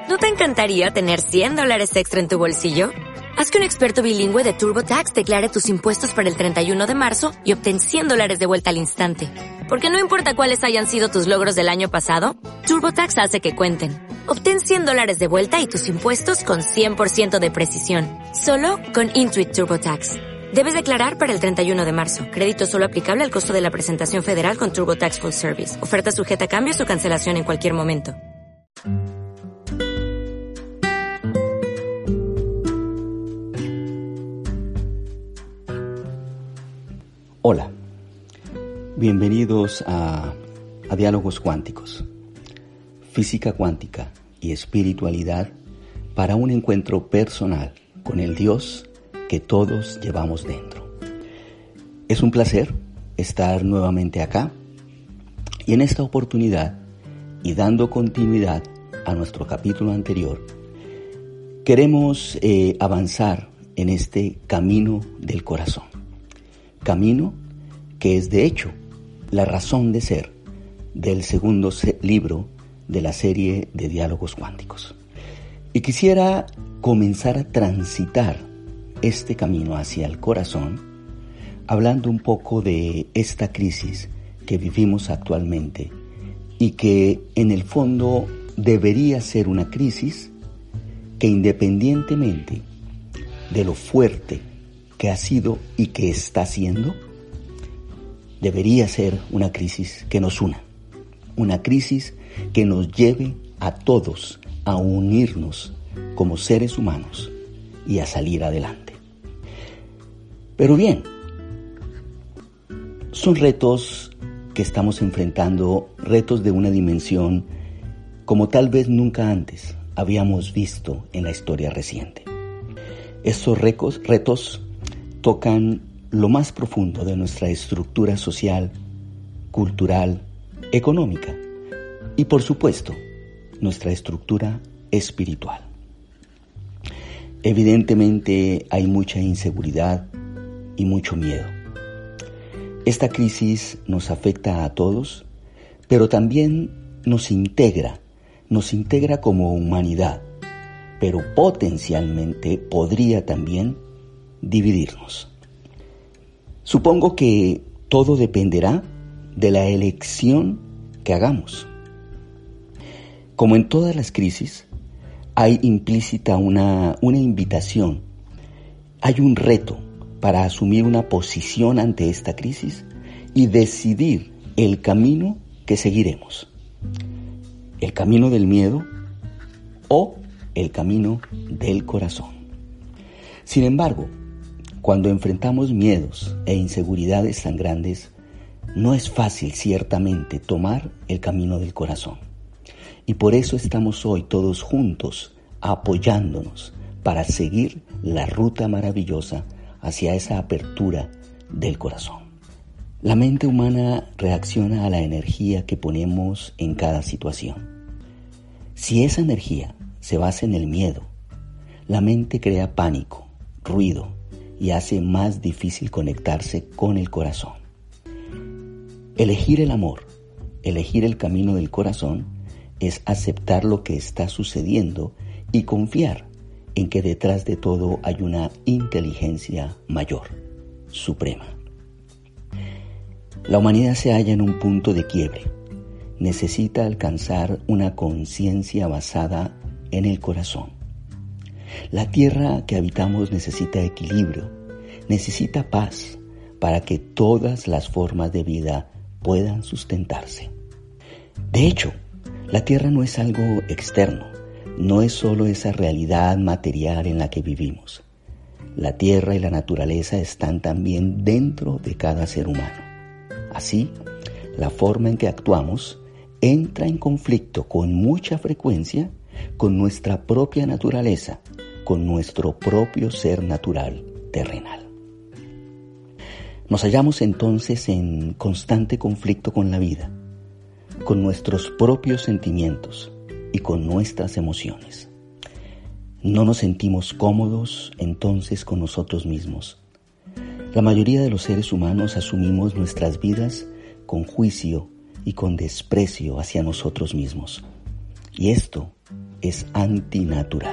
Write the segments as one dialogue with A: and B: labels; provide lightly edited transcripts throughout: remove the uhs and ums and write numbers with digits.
A: ¿No te encantaría tener $100 extra en tu bolsillo? Haz que un experto bilingüe de TurboTax declare tus impuestos para el 31 de marzo y obtén $100 de vuelta al instante. Porque no importa cuáles hayan sido tus logros del año pasado, TurboTax hace que cuenten. Obtén $100 de vuelta y tus impuestos con 100% de precisión. Solo con Intuit TurboTax. Debes declarar para el 31 de marzo. Crédito solo aplicable al costo de la presentación federal con TurboTax Full Service. Oferta sujeta a cambios o cancelación en cualquier momento.
B: Hola, bienvenidos a Diálogos Cuánticos, física cuántica y espiritualidad para un encuentro personal con el Dios que todos llevamos dentro. Es un placer estar nuevamente acá y en esta oportunidad, y dando continuidad a nuestro capítulo anterior, queremos avanzar en este camino del corazón. Camino que es de hecho la razón de ser del segundo libro de la serie de Diálogos Cuánticos. Y quisiera comenzar a transitar este camino hacia el corazón hablando un poco de esta crisis que vivimos actualmente y que en el fondo debería ser una crisis que, independientemente de lo fuerte que ha sido y que está siendo, debería ser una crisis que nos una, una crisis que nos lleve a todos a unirnos como seres humanos y a salir adelante. Pero bien, son retos que estamos enfrentando, retos de una dimensión como tal vez nunca antes habíamos visto en la historia reciente. Estos retos tocan lo más profundo de nuestra estructura social, cultural, económica y, por supuesto, nuestra estructura espiritual. Evidentemente hay mucha inseguridad y mucho miedo. Esta crisis nos afecta a todos, pero también nos integra como humanidad, pero potencialmente podría también dividirnos. Supongo que todo dependerá de la elección que hagamos. Como en todas las crisis, hay implícita una invitación, hay un reto para asumir una posición ante esta crisis y decidir el camino que seguiremos. El camino del miedo o el camino del corazón. Sin embargo, cuando enfrentamos miedos e inseguridades tan grandes, no es fácil ciertamente tomar el camino del corazón. Y por eso estamos hoy todos juntos apoyándonos para seguir la ruta maravillosa hacia esa apertura del corazón. La mente humana reacciona a la energía que ponemos en cada situación. Si esa energía se basa en el miedo, la mente crea pánico, ruido y hace más difícil conectarse con el corazón. Elegir el amor, elegir el camino del corazón, es aceptar lo que está sucediendo y confiar en que detrás de todo hay una inteligencia mayor, suprema. La humanidad se halla en un punto de quiebre. Necesita alcanzar una conciencia basada en el corazón. La tierra que habitamos necesita equilibrio, necesita paz para que todas las formas de vida puedan sustentarse. De hecho, la tierra no es algo externo, no es solo esa realidad material en la que vivimos. La tierra y la naturaleza están también dentro de cada ser humano. Así, la forma en que actuamos entra en conflicto con mucha frecuencia con nuestra propia naturaleza, con nuestro propio ser natural terrenal. Nos hallamos entonces en constante conflicto con la vida, con nuestros propios sentimientos y con nuestras emociones. No nos sentimos cómodos entonces con nosotros mismos. La mayoría de los seres humanos asumimos nuestras vidas con juicio y con desprecio hacia nosotros mismos. Y esto es antinatural.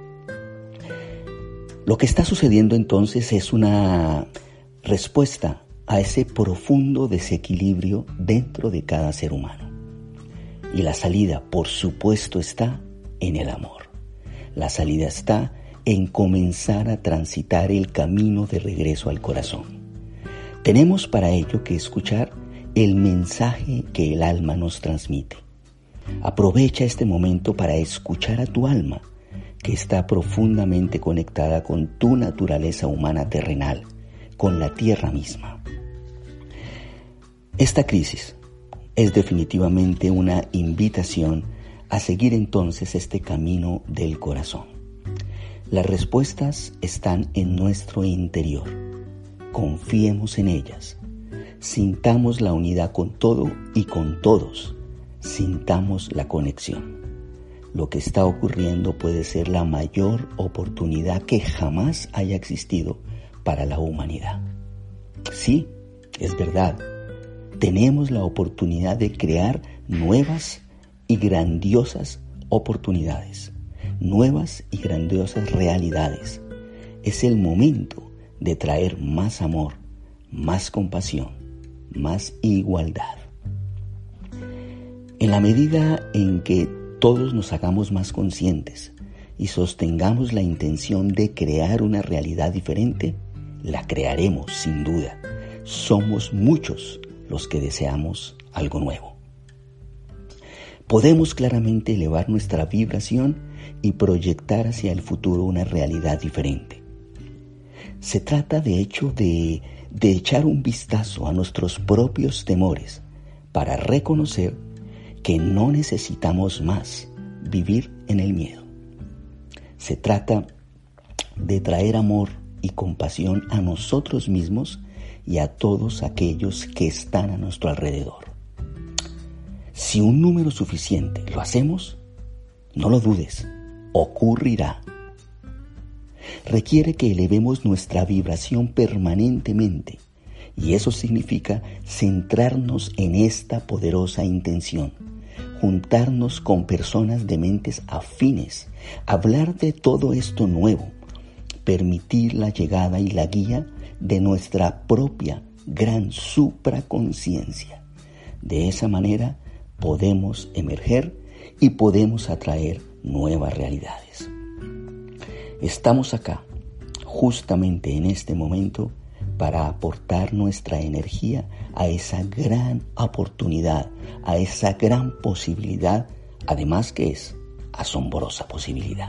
B: Lo que está sucediendo entonces es una respuesta a ese profundo desequilibrio dentro de cada ser humano. Y la salida, por supuesto, está en el amor. La salida está en comenzar a transitar el camino de regreso al corazón. Tenemos para ello que escuchar el mensaje que el alma nos transmite. Aprovecha este momento para escuchar a tu alma, que está profundamente conectada con tu naturaleza humana terrenal, con la tierra misma. Esta crisis es definitivamente una invitación a seguir entonces este camino del corazón. Las respuestas están en nuestro interior. Confiemos en ellas. Sintamos la unidad con todo y con todos. Sintamos la conexión. Lo que está ocurriendo puede ser la mayor oportunidad que jamás haya existido para la humanidad. Sí, es verdad. Tenemos la oportunidad de crear nuevas y grandiosas oportunidades, nuevas y grandiosas realidades. Es el momento de traer más amor, más compasión, más igualdad. En la medida en que todos nos hagamos más conscientes y sostengamos la intención de crear una realidad diferente, la crearemos sin duda. Somos muchos los que deseamos algo nuevo. Podemos claramente elevar nuestra vibración y proyectar hacia el futuro una realidad diferente. Se trata de hecho de echar un vistazo a nuestros propios temores para reconocer que no necesitamos más vivir en el miedo. Se trata de traer amor y compasión a nosotros mismos y a todos aquellos que están a nuestro alrededor. Si un número suficiente lo hacemos, no lo dudes, ocurrirá. Requiere que elevemos nuestra vibración permanentemente, y eso significa centrarnos en esta poderosa intención, juntarnos con personas de mentes afines, hablar de todo esto nuevo, permitir la llegada y la guía de nuestra propia gran supraconciencia. De esa manera podemos emerger y podemos atraer nuevas realidades. Estamos acá, justamente en este momento, para aportar nuestra energía a esa gran oportunidad, a esa gran posibilidad, además que es asombrosa posibilidad.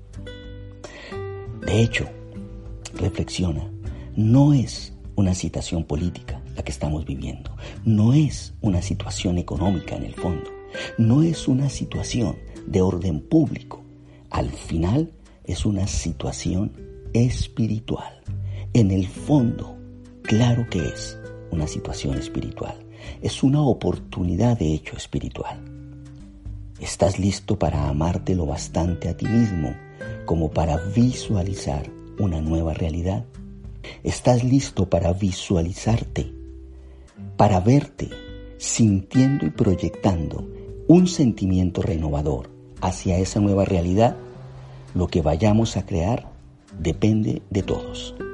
B: De hecho, reflexiona, no es una situación política la que estamos viviendo, no es una situación económica en el fondo, no es una situación de orden público, al final es una situación espiritual. En el fondo, claro que es una situación espiritual, es una oportunidad de hecho espiritual. ¿Estás listo para amarte lo bastante a ti mismo como para visualizar una nueva realidad? ¿Estás listo para visualizarte, para verte sintiendo y proyectando un sentimiento renovador hacia esa nueva realidad? Lo que vayamos a crear depende de todos.